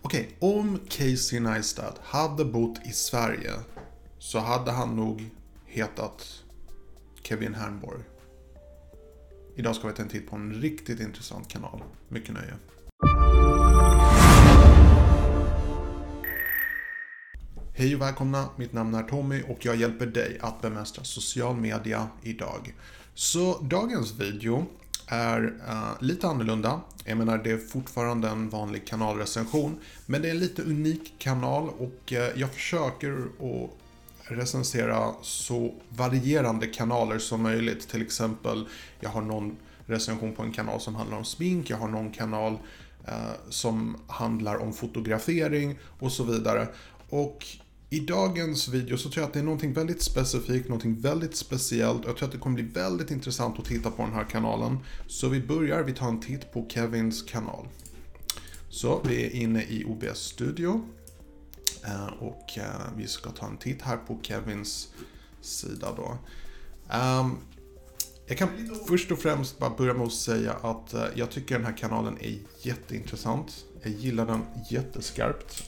Okej, om Casey Neistat hade bott i Sverige så hade han nog hetat Kevin Hernborg. Idag ska vi ta en titt på en riktigt intressant kanal. Mycket nöje. Hej och välkomna, mitt namn är Tommy och jag hjälper dig att bemästra social media idag. Så dagens video är lite annorlunda. Jag menar, det är fortfarande en vanlig kanalrecension, men det är en lite unik kanal och jag försöker att recensera så varierande kanaler som möjligt. Till exempel, jag har någon recension på en kanal som handlar om smink, jag har någon kanal som handlar om fotografering och så vidare. Och i dagens video så tror jag att det är någonting väldigt specifikt, någonting väldigt speciellt. Jag tror att det kommer bli väldigt intressant att titta på den här kanalen. Så vi tar en titt på Kevins kanal. Så vi är inne i OBS Studio. Och vi ska ta en titt här på Kevins sida då. Jag kan först och främst bara börja med att säga att jag tycker den här kanalen är jätteintressant. Jag gillar den jätteskarpt.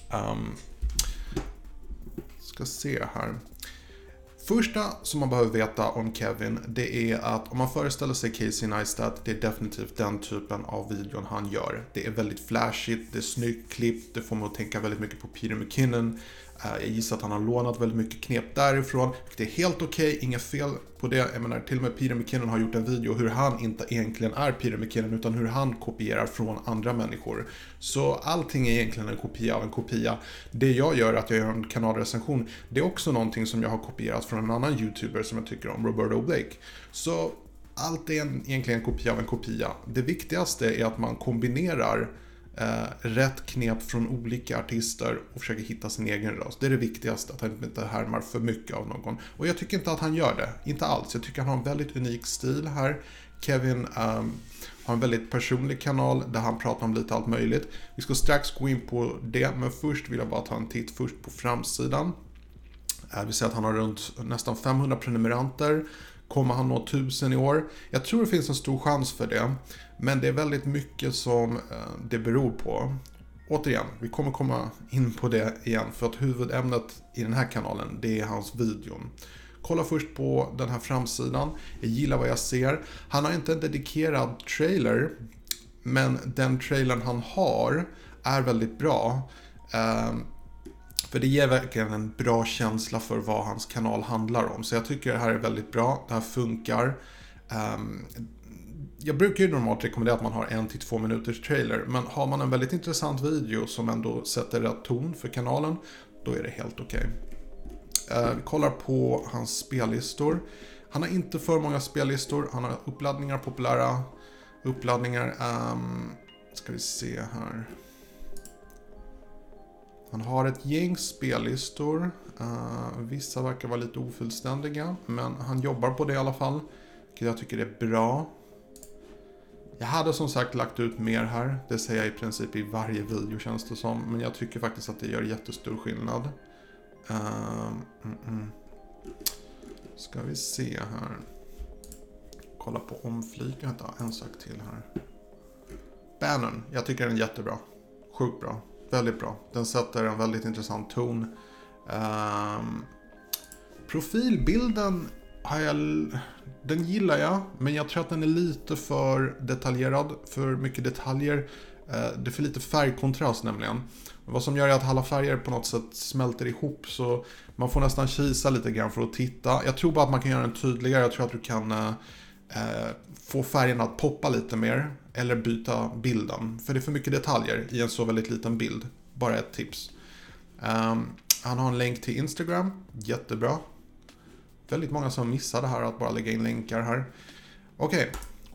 Ska se här. Första som man behöver veta om Kevin, det är att om man föreställer sig Casey Neistat, det är definitivt den typen av videon han gör. Det är väldigt flashigt, det är snyggt klippt, det får mig att tänka väldigt mycket på Peter McKinnon. Jag gissar att han har lånat väldigt mycket knep därifrån. Det är helt okej, inga fel på det. Jag menar, till och med Peter McKinnon har gjort en video hur han inte egentligen är Peter McKinnon utan hur han kopierar från andra människor. Så allting är egentligen en kopia av en kopia. Det jag gör, att jag gör en kanalrecension, det är också någonting som jag har kopierat från en annan YouTuber som jag tycker om, Roberto Blake. Så allt är egentligen en kopia av en kopia. Det viktigaste är att man kombinerar rätt knep från olika artister och försöker hitta sin egen röst. Det är det viktigaste, att han inte härmar för mycket av någon. Och jag tycker inte att han gör det, inte alls. Jag tycker han har en väldigt unik stil här. Kevin har en väldigt personlig kanal där han pratar om lite allt möjligt. Vi ska strax gå in på det, men först vill jag bara ta en titt först på framsidan. Vi ser att han har runt nästan 500 prenumeranter. Kommer han nå 1000 i år? Jag tror det finns en stor chans för det. Men det är väldigt mycket som det beror på. Återigen, vi kommer komma in på det igen. För att huvudämnet i den här kanalen, det är hans videon. Kolla först på den här framsidan. Jag gillar vad jag ser. Han har inte en dedikerad trailer. Men den trailern han har är väldigt bra. För det ger verkligen en bra känsla för vad hans kanal handlar om. Så jag tycker det här är väldigt bra. Det här funkar. Jag brukar ju normalt rekommendera att man har 1-2 minuters trailer. Men har man en väldigt intressant video som ändå sätter rätt ton för kanalen, då är det helt okej. Vi kollar på hans spellistor. Han har inte för många spellistor. Han har uppladdningar, populära uppladdningar. Ska vi se här. Han har ett gäng spellistor. Vissa verkar vara lite ofullständiga, men han jobbar på det i alla fall. Jag tycker det är bra. Jag hade som sagt lagt ut mer här. Det säger jag i princip i varje video, känns det som. Men jag tycker faktiskt att det gör jättestor skillnad. Ska vi se här. Kolla på omfliken. En sak till här. Bannern. Jag tycker den är jättebra. Sjukt bra. Väldigt bra. Den sätter en väldigt intressant ton. Profilbilden den gillar jag, men jag tror att den är lite för detaljerad, för mycket detaljer. Det är för lite färgkontrast nämligen. Vad som gör är att alla färger på något sätt smälter ihop, så man får nästan kisa lite grann för att titta. Jag tror bara att man kan göra den tydligare. Jag tror att du kan få färgerna att poppa lite mer eller byta bilden, för det är för mycket detaljer i en så väldigt liten bild. Bara ett tips. Han har en länk till Instagram, jättebra. Väldigt många som missar det här att bara lägga in länkar här. Okej.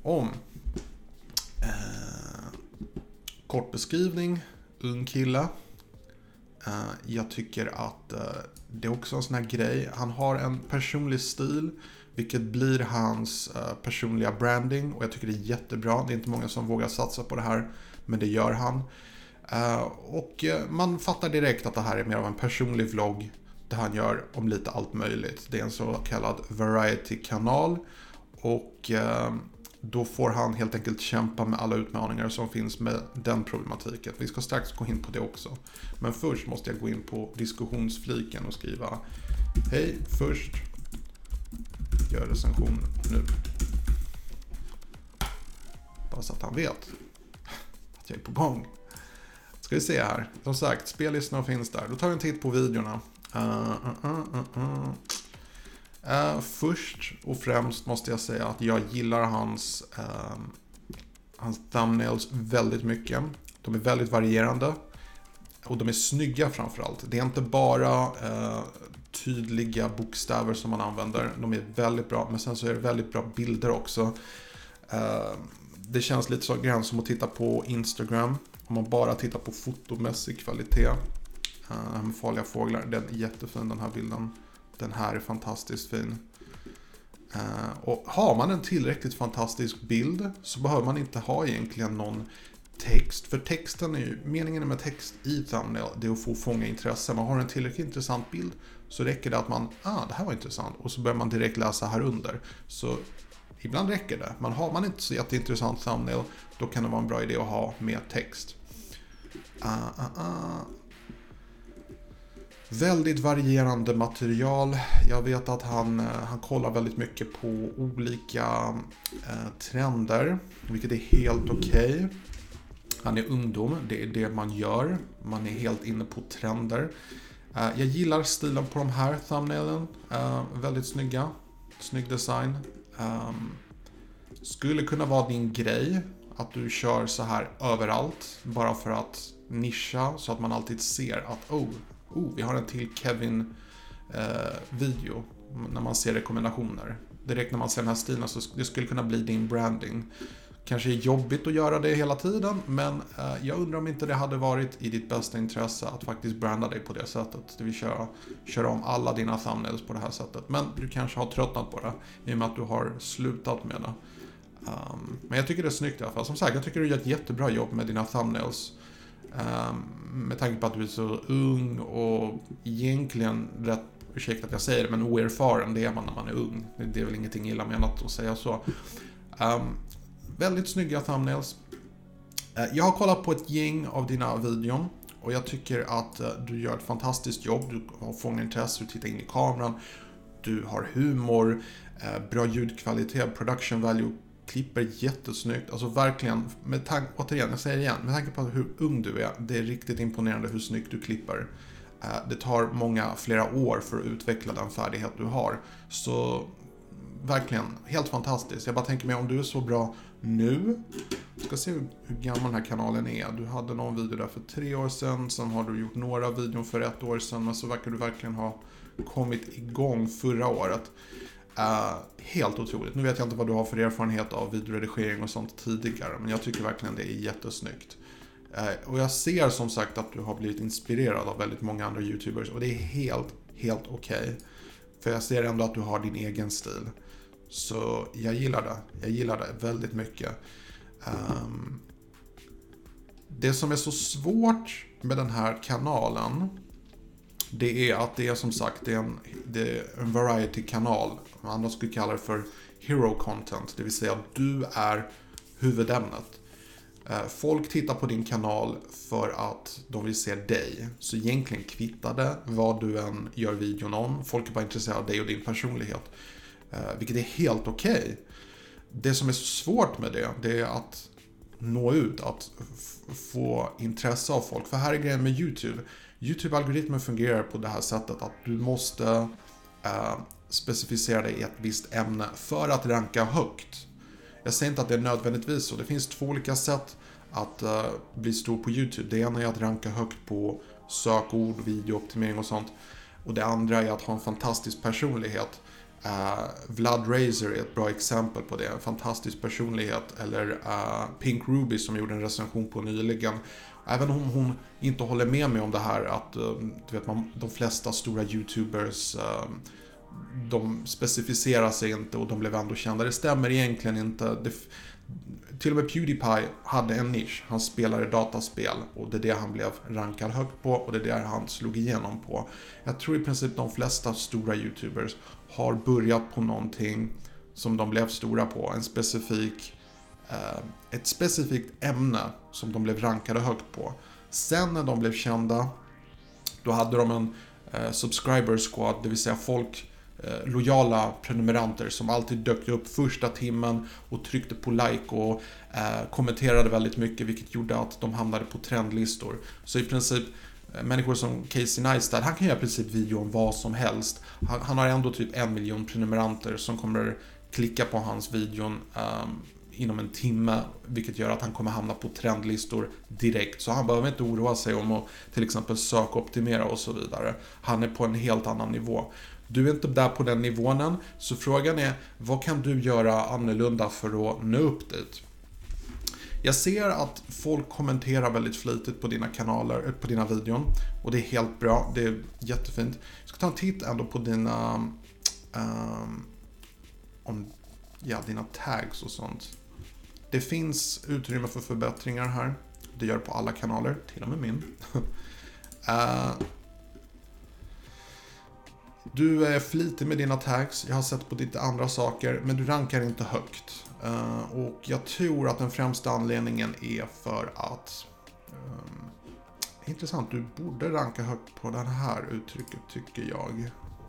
Kort beskrivning, ung kille. Jag tycker att det är också en sån här grej. Han har en personlig stil, vilket blir hans personliga branding. Och jag tycker det är jättebra. Det är inte många som vågar satsa på det här, men det gör han. Och man fattar direkt att det här är mer av en personlig vlogg där han gör om lite allt möjligt. Det är en så kallad variety-kanal. Och då får han helt enkelt kämpa med alla utmaningar som finns med den problematiken. Vi ska strax gå in på det också. Men först måste jag gå in på diskussionsfliken och skriva: hej, först gör recension nu. Bara så att han vet att jag är på gång. Ska vi se här. Som sagt, spellistorna finns där. Då tar vi en titt på videorna. Först och främst måste jag säga att jag gillar hans thumbnails väldigt mycket. De är väldigt varierande. Och de är snygga framförallt. Det är inte bara tydliga bokstäver som man använder. De är väldigt bra. Men sen så är det väldigt bra bilder också. Det känns lite så grann som att titta på Instagram. Om man bara tittar på fotomässig kvalitet. Med farliga fåglar. Den är jättefin, den här bilden. Den här är fantastiskt fin. Och har man en tillräckligt fantastisk bild så behöver man inte ha egentligen någon text. För texten är ju, meningen med text i thumbnail, det är att få fånga intresse. Man har en tillräckligt intressant bild så räcker det att man, det här var intressant. Och så börjar man direkt läsa här under. Så ibland räcker det. Men har man inte så jätteintressant thumbnail, då kan det vara en bra idé att ha mer text. Väldigt varierande material. Jag vet att han kollar väldigt mycket på olika trender, vilket är helt okej. Han är ungdom, det är det man gör. Man är helt inne på trender. Jag gillar stilen på de här thumbnailen. Väldigt snygga. Snygg design. Skulle kunna vara din grej att du kör så här överallt. Bara för att nischa så att man alltid ser att vi har en till Kevin-video när man ser rekommendationer. Direkt när man ser den här stilen så det skulle kunna bli din branding. Kanske är jobbigt att göra det hela tiden, men jag undrar om inte det hade varit i ditt bästa intresse att faktiskt branda dig på det sättet. Det vill köra om alla dina thumbnails på det här sättet. Men du kanske har tröttnat på det i och med att du har slutat med det. Men jag tycker det är snyggt i alla fall. Som sagt, jag tycker du gör ett jättebra jobb med dina thumbnails. Med tanke på att du är så ung och egentligen rätt, ursäkta att jag säger det, men oerfaren, det är man när man är ung. Det är väl ingenting illa menat att säga så. Väldigt snygga thumbnails. Jag har kollat på ett gäng av dina videon och jag tycker att du gör ett fantastiskt jobb. Du har fångat intresse, du tittar in i kameran, du har humor, bra ljudkvalitet, production value, klipper jättesnyggt. Alltså verkligen, återigen, jag säger det igen, med tanke på hur ung du är, det är riktigt imponerande hur snyggt du klipper. Det tar flera år för att utveckla den färdighet du har. Så verkligen, helt fantastiskt. Jag bara tänker mig, om du är så bra nu, ska se hur gammal den här kanalen är. Du hade någon video där för 3 år sedan, sen har du gjort några videor för 1 år sedan, men så verkar du verkligen ha kommit igång förra året. Helt otroligt. Nu vet jag inte vad du har för erfarenhet av videoredigering och sånt tidigare, men jag tycker verkligen det är jättesnyggt. Och jag ser som sagt att du har blivit inspirerad av väldigt många andra YouTubers, och det är helt okej. För jag ser ändå att du har din egen stil. Så jag gillar det. Jag gillar det väldigt mycket. Det som är så svårt med den här kanalen, det är att det är som sagt det är en variety-kanal. Andra skulle kalla det för hero content. Det vill säga att du är huvudämnet. Folk tittar på din kanal för att de vill se dig. Så egentligen kvittar det vad du än gör videon om. Folk är bara intresserade av dig och din personlighet. Vilket är helt okej. Det som är så svårt med det är att nå ut, att få intresse av folk. För här är grejen med YouTube. YouTube-algoritmen fungerar på det här sättet att du måste specificera dig i ett visst ämne för att ranka högt. Jag säger inte att det är nödvändigtvis så. Det finns 2 olika sätt att bli stor på YouTube. Det ena är att ranka högt på sökord, videooptimering och sånt. Och det andra är att ha en fantastisk personlighet. Vlad Razer är ett bra exempel på det. En fantastisk personlighet. Eller Pink Ruby som gjorde en recension på nyligen. Även om hon inte håller med mig om det här att du vet, de flesta stora YouTubers de specificerar sig inte och de blev ändå kända. Det stämmer egentligen inte. Till och med PewDiePie hade en nisch. Han spelade dataspel och det är det han blev rankad högt på och det är där han slog igenom på. Jag tror i princip de flesta stora YouTubers har börjat på någonting som de blev stora på. Ett specifikt ämne som de blev rankade högt på. Sen när de blev kända, då hade de en subscriber squad, det vill säga folk, lojala prenumeranter som alltid dök upp första timmen och tryckte på like och kommenterade väldigt mycket, vilket gjorde att de hamnade på trendlistor. Så i princip människor som Casey Neistat, han kan göra i princip video om vad som helst. Han har ändå typ 1 miljon prenumeranter som kommer klicka på hans videon inom en timme, vilket gör att han kommer hamna på trendlistor direkt. Så han behöver inte oroa sig om att till exempel sökoptimera och så vidare. Han är på en helt annan nivå. Du är inte där på den nivån än, så frågan är, vad kan du göra annorlunda för att nå upp dit? Jag ser att folk kommenterar väldigt flitigt på dina kanaler, på dina videon, och det är helt bra, det är jättefint. Jag ska ta en titt ändå på dina dina tags och sånt. Det finns utrymme för förbättringar här. Det gör det på alla kanaler, till och med min. Du är flitig med dina tags. Jag har sett på lite andra saker, men du rankar inte högt. Och jag tror att den främsta anledningen är för att intressant, du borde ranka högt på det här uttrycket, tycker jag.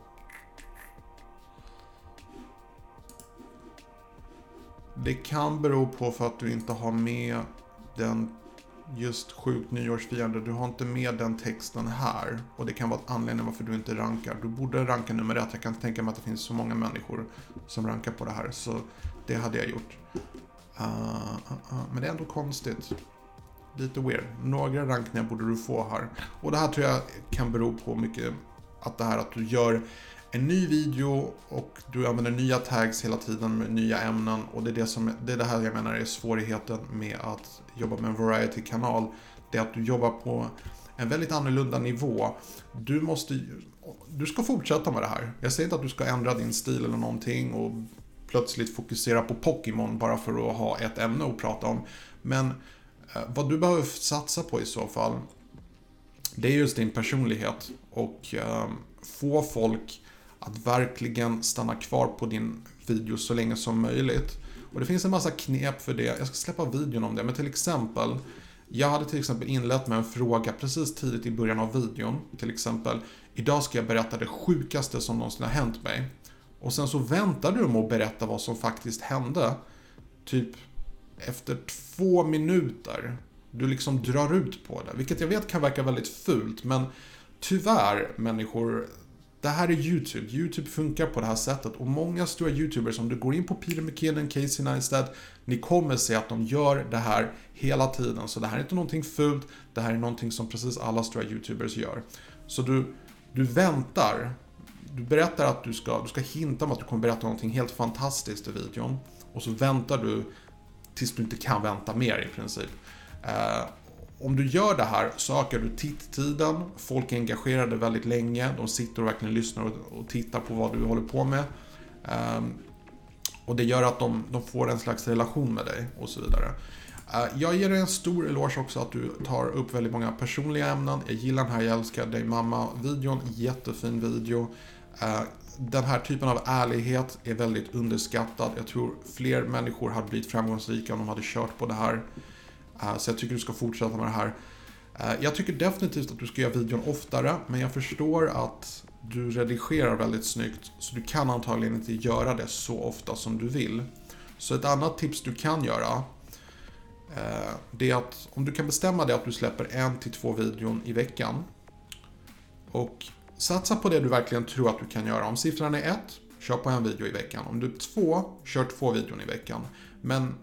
Det kan bero på för att du inte har med den just sjukt nyårsfirande. Du har inte med den texten här. Och det kan vara anledningen varför du inte rankar. Du borde ranka nummer 1. Jag kan inte tänka mig att det finns så många människor som rankar på det här. Så det hade jag gjort. Men det är ändå konstigt. Lite weird. Några rankningar borde du få här. Och det här tror jag kan bero på mycket att det här att du gör en ny video och du använder nya tags hela tiden med nya ämnen, och det är det här jag menar är svårigheten med att jobba med en variety-kanal. Det är att du jobbar på en väldigt annorlunda nivå. Du ska fortsätta med det här. Jag säger inte att du ska ändra din stil eller någonting och plötsligt fokusera på Pokémon bara för att ha ett ämne att prata om. Men vad du behöver satsa på i så fall, det är just din personlighet och få folk att verkligen stanna kvar på din video så länge som möjligt. Och det finns en massa knep för det. Jag ska släppa videon om det. Men till exempel, jag hade till exempel inlett med en fråga precis tidigt i början av videon. Till exempel, idag ska jag berätta det sjukaste som någonsin har hänt mig. Och sen så väntar du med att berätta vad som faktiskt hände. Typ efter 2 minuter. Du liksom drar ut på det. Vilket jag vet kan verka väldigt fult. Men tyvärr, människor, det här är YouTube. YouTube funkar på det här sättet. Och många stora YouTubers, om du går in på Peter McKinnon, Casey Neistat, ni kommer se att de gör det här hela tiden. Så det här är inte någonting fult. Det här är någonting som precis alla stora YouTubers gör. Så du väntar. Du berättar att du ska hinta om att du kommer berätta någonting helt fantastiskt i videon. Och så väntar du tills du inte kan vänta mer i princip. Om du gör det här så ökar du titttiden. Folk är engagerade väldigt länge. De sitter och verkligen lyssnar och tittar på vad du håller på med. Och det gör att de får en slags relation med dig och så vidare. Jag ger dig en stor eloge också att du tar upp väldigt många personliga ämnen. Jag gillar den här Jag älskar dig mamma-videon. Jättefin video. Den här typen av ärlighet är väldigt underskattad. Jag tror fler människor hade blivit framgångsrika om de hade kört på det här. Så jag tycker du ska fortsätta med det här. Jag tycker definitivt att du ska göra videon oftare. Men jag förstår att du redigerar väldigt snyggt. Så du kan antagligen inte göra det så ofta som du vill. Så ett annat tips du kan göra, det är att om du kan bestämma dig att du släpper 1 till 2 videon i veckan. Och satsa på det du verkligen tror att du kan göra. Om siffran är 1, kör på en video i veckan. Om du är 2, kör 2 videon i veckan. Men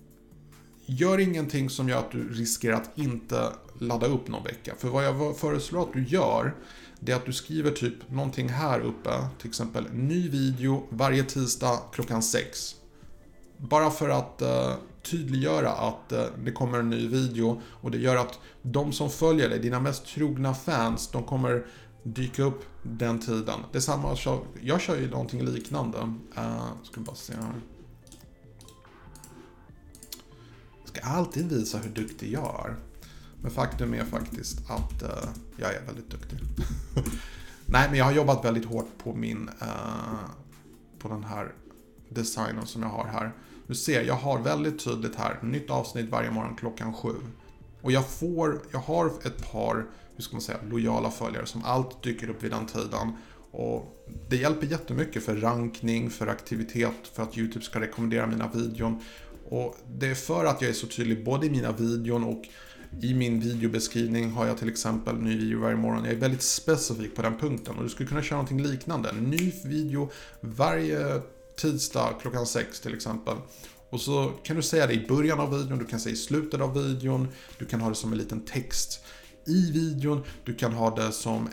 gör ingenting som gör att du riskerar att inte ladda upp någon vecka. För vad jag föreslår att du gör, det är att du skriver typ någonting här uppe. Till exempel ny video varje tisdag klockan 6. Bara för att tydliggöra att det kommer en ny video. Och det gör att de som följer dig, dina mest trogna fans, de kommer dyka upp den tiden. Det är samma, jag kör ju någonting liknande. Ska bara se här. Jag ska alltid visa hur duktig jag är. Men faktum är faktiskt att jag är väldigt duktig. Nej, men jag har jobbat väldigt hårt på på den här designen som jag har här. Du ser, jag har väldigt tydligt här, nytt avsnitt varje morgon klockan 7. Och jag har ett par, hur ska man säga, lojala följare som alltid dyker upp vid den tiden. Och det hjälper jättemycket för rankning, för aktivitet, för att YouTube ska rekommendera mina videon. Och det är för att jag är så tydlig både i mina videon och i min videobeskrivning har jag till exempel ny video varje morgon. Jag är väldigt specifik på den punkten och du skulle kunna köra någonting liknande. En ny video varje tisdag klockan 6 till exempel. Och så kan du säga det i början av videon, du kan säga i slutet av videon, du kan ha det som en liten text i videon, du kan ha det som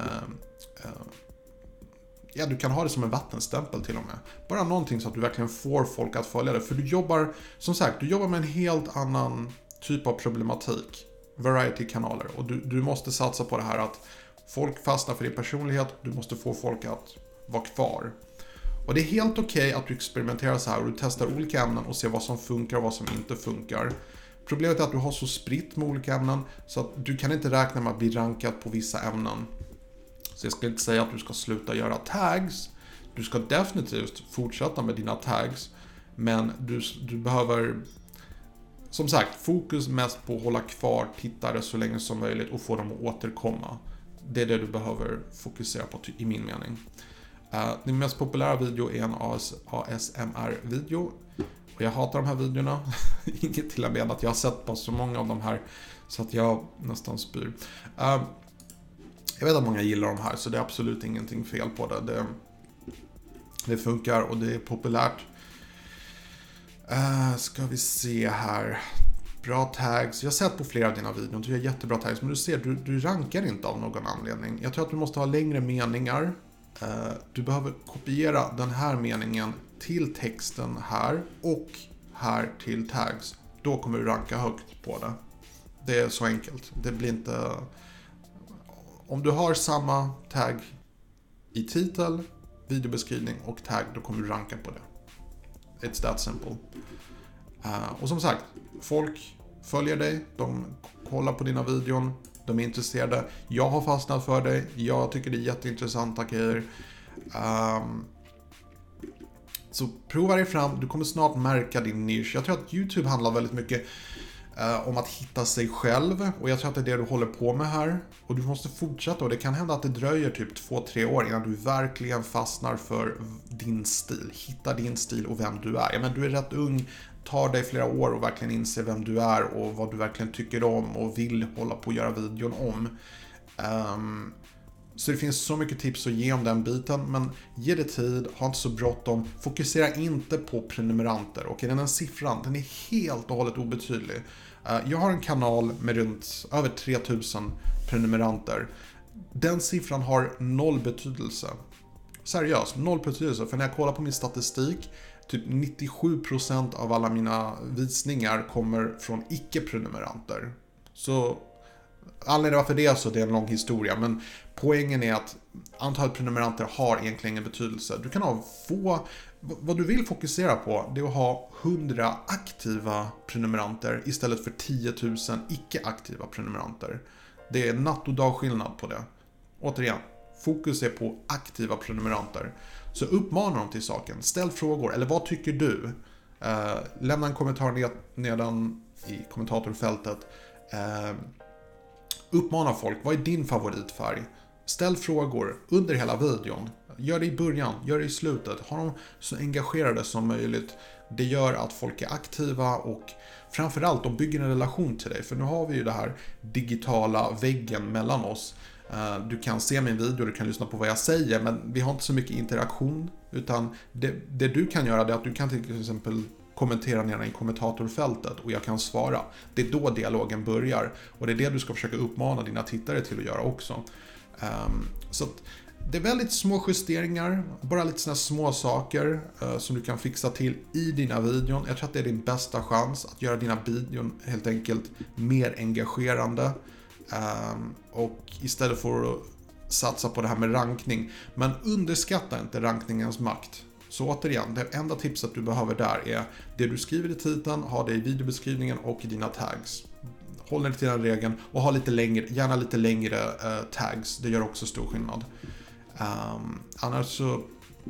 du kan ha det som en vattenstämpel till och med. Bara någonting så att du verkligen får folk att följa det. För du jobbar med en helt annan typ av problematik. Variety-kanaler. Och du måste satsa på det här att folk fastnar för din personlighet. Du måste få folk att vara kvar. Och det är helt okej att du experimenterar så här och du testar olika ämnen och ser vad som funkar och vad som inte funkar. Problemet är att du har så spritt med olika ämnen så att du kan inte räkna med att bli rankad på vissa ämnen. Så jag ska inte säga att du ska sluta göra tags. Du ska definitivt fortsätta med dina tags. Men du behöver, som sagt, fokus mest på att hålla kvar tittare så länge som möjligt och få dem att återkomma. Det är det du behöver fokusera på i min mening. Din mest populära video är en ASMR-video. Och jag hatar de här videorna. Inget till och med att jag har sett på så många av de här så att jag nästan spyr. Jag vet att många gillar de här så det är absolut ingenting fel på det. Det funkar och det är populärt. Ska vi se här. Bra tags. Jag har sett på flera av dina videor. Du har jättebra tags. Men du ser, du rankar inte av någon anledning. Jag tror att du måste ha längre meningar. Du behöver kopiera den här meningen till texten här. Och här till tags. Då kommer du ranka högt på det. Det är så enkelt. Det blir inte... Om du har samma tag i titel, videobeskrivning och tag, då kommer du ranka på det. It's that simple. Och som sagt, folk följer dig, de kollar på dina videon, de är intresserade. Jag har fastnat för dig, jag tycker det är jätteintressanta grejer. Så prova dig fram, du kommer snart märka din nisch. Jag tror att YouTube handlar väldigt mycket om att hitta sig själv. Och jag tror att det är det du håller på med här. Och du måste fortsätta och det kan hända att det dröjer typ 2-3 år innan du verkligen fastnar för din stil. Hitta din stil och vem du är. Men du är rätt ung, tar dig flera år och verkligen inse vem du är och vad du verkligen tycker om och vill hålla på att göra videon om. Så det finns så mycket tips att ge om den biten, men ge det tid, ha inte så bråttom, fokusera inte på prenumeranter. Och den här siffran, den är helt och hållet obetydlig. Jag har en kanal med runt över 3000 prenumeranter. Den siffran har 0 betydelse. Seriöst, 0 betydelse. För när jag kollar på min statistik, typ 97% av alla mina visningar kommer från icke-prenumeranter. Så anledningen varför det är så, det är en lång historia, men poängen är att antalet prenumeranter har egentligen ingen betydelse. Du kan ha vad du vill fokusera på, det är att ha 100 aktiva prenumeranter istället för 10 000 icke-aktiva prenumeranter. Det är natt och dag skillnad på det. Återigen, fokus är på aktiva prenumeranter. Så uppmana dem till saken, ställ frågor, eller vad tycker du? Lämna en kommentar nedan i kommentatorfältet. Uppmana folk, vad är din favoritfärg? Ställ frågor under hela videon. Gör det i början, gör det i slutet. Ha dem så engagerade som möjligt. Det gör att folk är aktiva och framförallt de bygger en relation till dig. För nu har vi ju det här digitala väggen mellan oss. Du kan se min video, du kan lyssna på vad jag säger, men vi har inte så mycket interaktion. Utan det du kan göra är att du kan till exempel kommentera ner i kommentatorfältet och jag kan svara. Det är då dialogen börjar och det är det du ska försöka uppmana dina tittare till att göra också. Så att det är väldigt små justeringar, bara lite sådana små saker som du kan fixa till i dina videon. Jag tror att det är din bästa chans att göra dina videon helt enkelt mer engagerande och istället för att satsa på det här med rankning. Men underskatta inte rankningens makt. Så återigen, det enda tipset du behöver där är det du skriver i titeln, ha det i videobeskrivningen och i dina tags. Håll dig till den regeln och ha gärna lite längre tags, det gör också stor skillnad. Annars så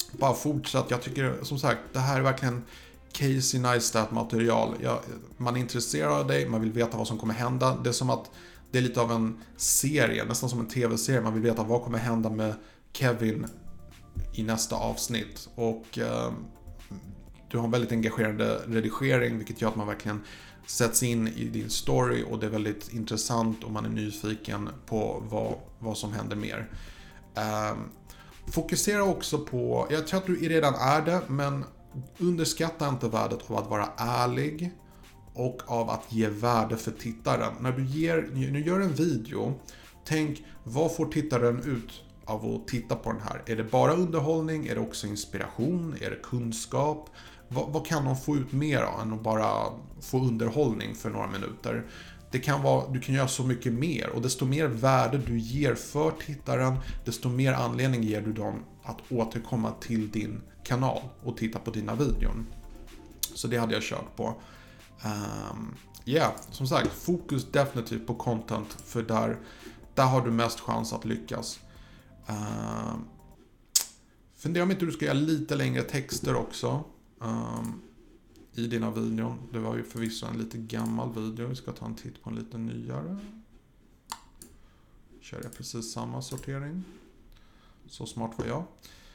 bara fortsätt. Jag tycker som sagt, det här är verkligen Casey Neistat material. Man är intresserad av dig, man vill veta vad som kommer hända. Det är som att det är lite av en serie, nästan som en tv-serie. Man vill veta vad kommer hända med Kevin i nästa avsnitt. Och du har en väldigt engagerande redigering, vilket gör att man verkligen sätts in i din story, och det är väldigt intressant och man är nyfiken på vad som händer mer. Fokusera också på, jag tror att du redan är det, men underskatta inte värdet av att vara ärlig och av att ge värde för tittaren. När du gör en video, tänk, vad får tittaren ut av att titta på den här? Är det bara underhållning? Är det också inspiration? Är det kunskap? Vad kan de få ut mer av än att bara få underhållning för några minuter? Det kan vara, du kan göra så mycket mer, och desto mer värde du ger för tittaren, desto mer anledning ger du dem att återkomma till din kanal och titta på dina videon. Så det hade jag kört på. Som sagt, fokus definitivt på content, för där har du mest chans att lyckas. Fundera om inte du ska göra lite längre texter också i dina videon. Det var ju förvisso en lite gammal video. Vi ska ta en titt på en lite nyare. Kör jag precis samma sortering. Så smart var jag.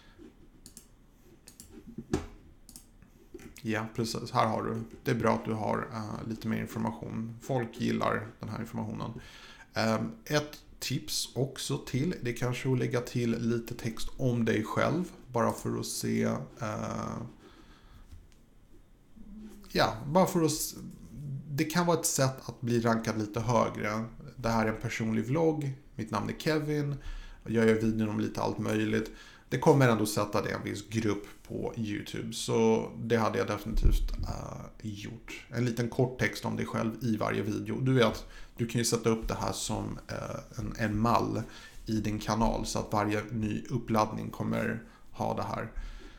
Ja, precis. Här har du. Det är bra att du har lite mer information. Folk gillar den här informationen. Ett tips också till, det kanske att lägga till lite text om dig själv. Bara för att se... det kan vara ett sätt att bli rankad lite högre. Det här är en personlig vlogg. Mitt namn är Kevin. Jag gör videon om lite allt möjligt. Det kommer ändå sätta det i en viss grupp på YouTube. Så det hade jag definitivt gjort. En liten kort text om dig själv i varje video. Du vet, du kan ju sätta upp det här som en mall i din kanal. Så att varje ny uppladdning kommer ha det här.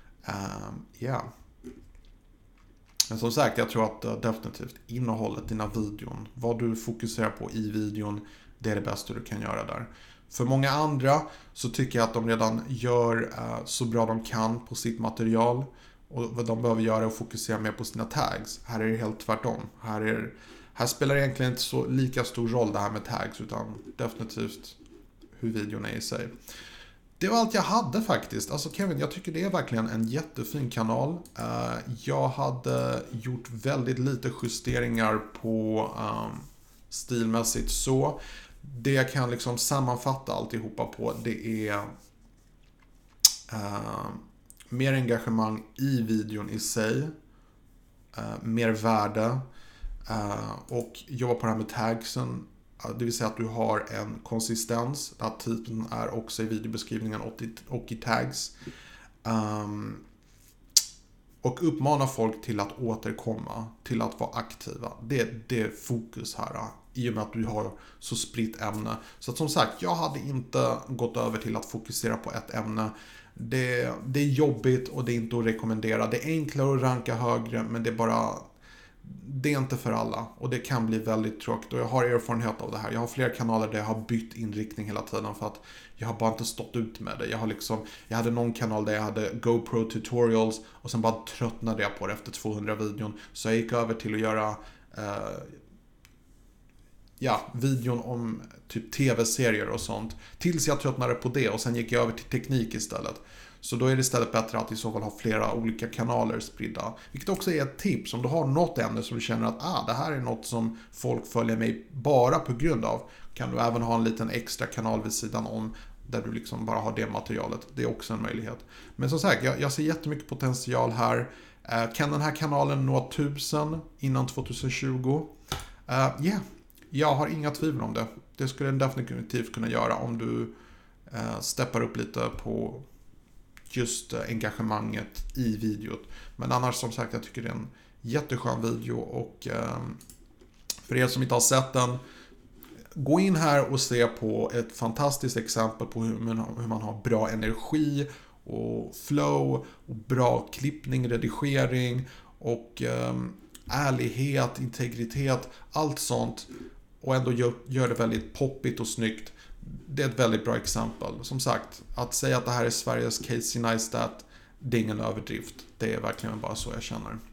Men som sagt, jag tror att definitivt innehållet, dina videon, vad du fokuserar på i videon, det är det bästa du kan göra där. För många andra så tycker jag att de redan gör så bra de kan på sitt material, och vad de behöver göra är att fokusera mer på sina tags. Här är det helt tvärtom. Här spelar det egentligen inte så lika stor roll det här med tags, utan definitivt hur videon är i sig. Det var allt jag hade faktiskt. Alltså Kevin, jag tycker det är verkligen en jättefin kanal. Jag hade gjort väldigt lite justeringar på stilmässigt så. Det jag kan liksom sammanfatta alltihopa på, det är mer engagemang i videon i sig. Mer värde. Och jobba på det här med tagsen. Det vill säga att du har en konsistens. Att titeln är också i videobeskrivningen och i tags. Och uppmana folk till att återkomma. Till att vara aktiva. Det är fokus här. I och med att du har så spritt ämne. Så att som sagt, jag hade inte gått över till att fokusera på ett ämne. Det är jobbigt och det är inte att rekommendera. Det är enklare att ranka högre, men det är inte för alla, och det kan bli väldigt tråkigt, och jag har erfarenhet av det här. Jag har flera kanaler där jag har bytt inriktning hela tiden för att jag har bara inte stått ut med det. Jag hade någon kanal där jag hade GoPro tutorials, och sen bara tröttnade jag på det efter 200 videon, så jag gick över till att göra videon om typ tv-serier och sånt, tills jag tröttnade på det, och sen gick jag över till teknik istället. Så då är det istället bättre att i så fall ha flera olika kanaler spridda. Vilket också är ett tips. Om du har något ämne som du känner att det här är något som folk följer mig bara på grund av, kan du även ha en liten extra kanal vid sidan om där du liksom bara har det materialet. Det är också en möjlighet. Men som sagt, jag ser jättemycket potential här. Kan den här kanalen nå 1000 innan 2020? Jag har inga tvivel om det. Det skulle den definitivt kunna göra om du steppar upp lite på just engagemanget i videot. Men annars, som sagt, jag tycker det är en jätteskön video, och för er som inte har sett den, gå in här och se på ett fantastiskt exempel på hur man har bra energi och flow och bra klippning, redigering och ärlighet, integritet, allt sånt, och ändå gör det väldigt poppigt och snyggt. Det är ett väldigt bra exempel. Som sagt, att säga att det här är Sveriges Casey Neistat, det är ingen överdrift. Det är verkligen bara så jag känner.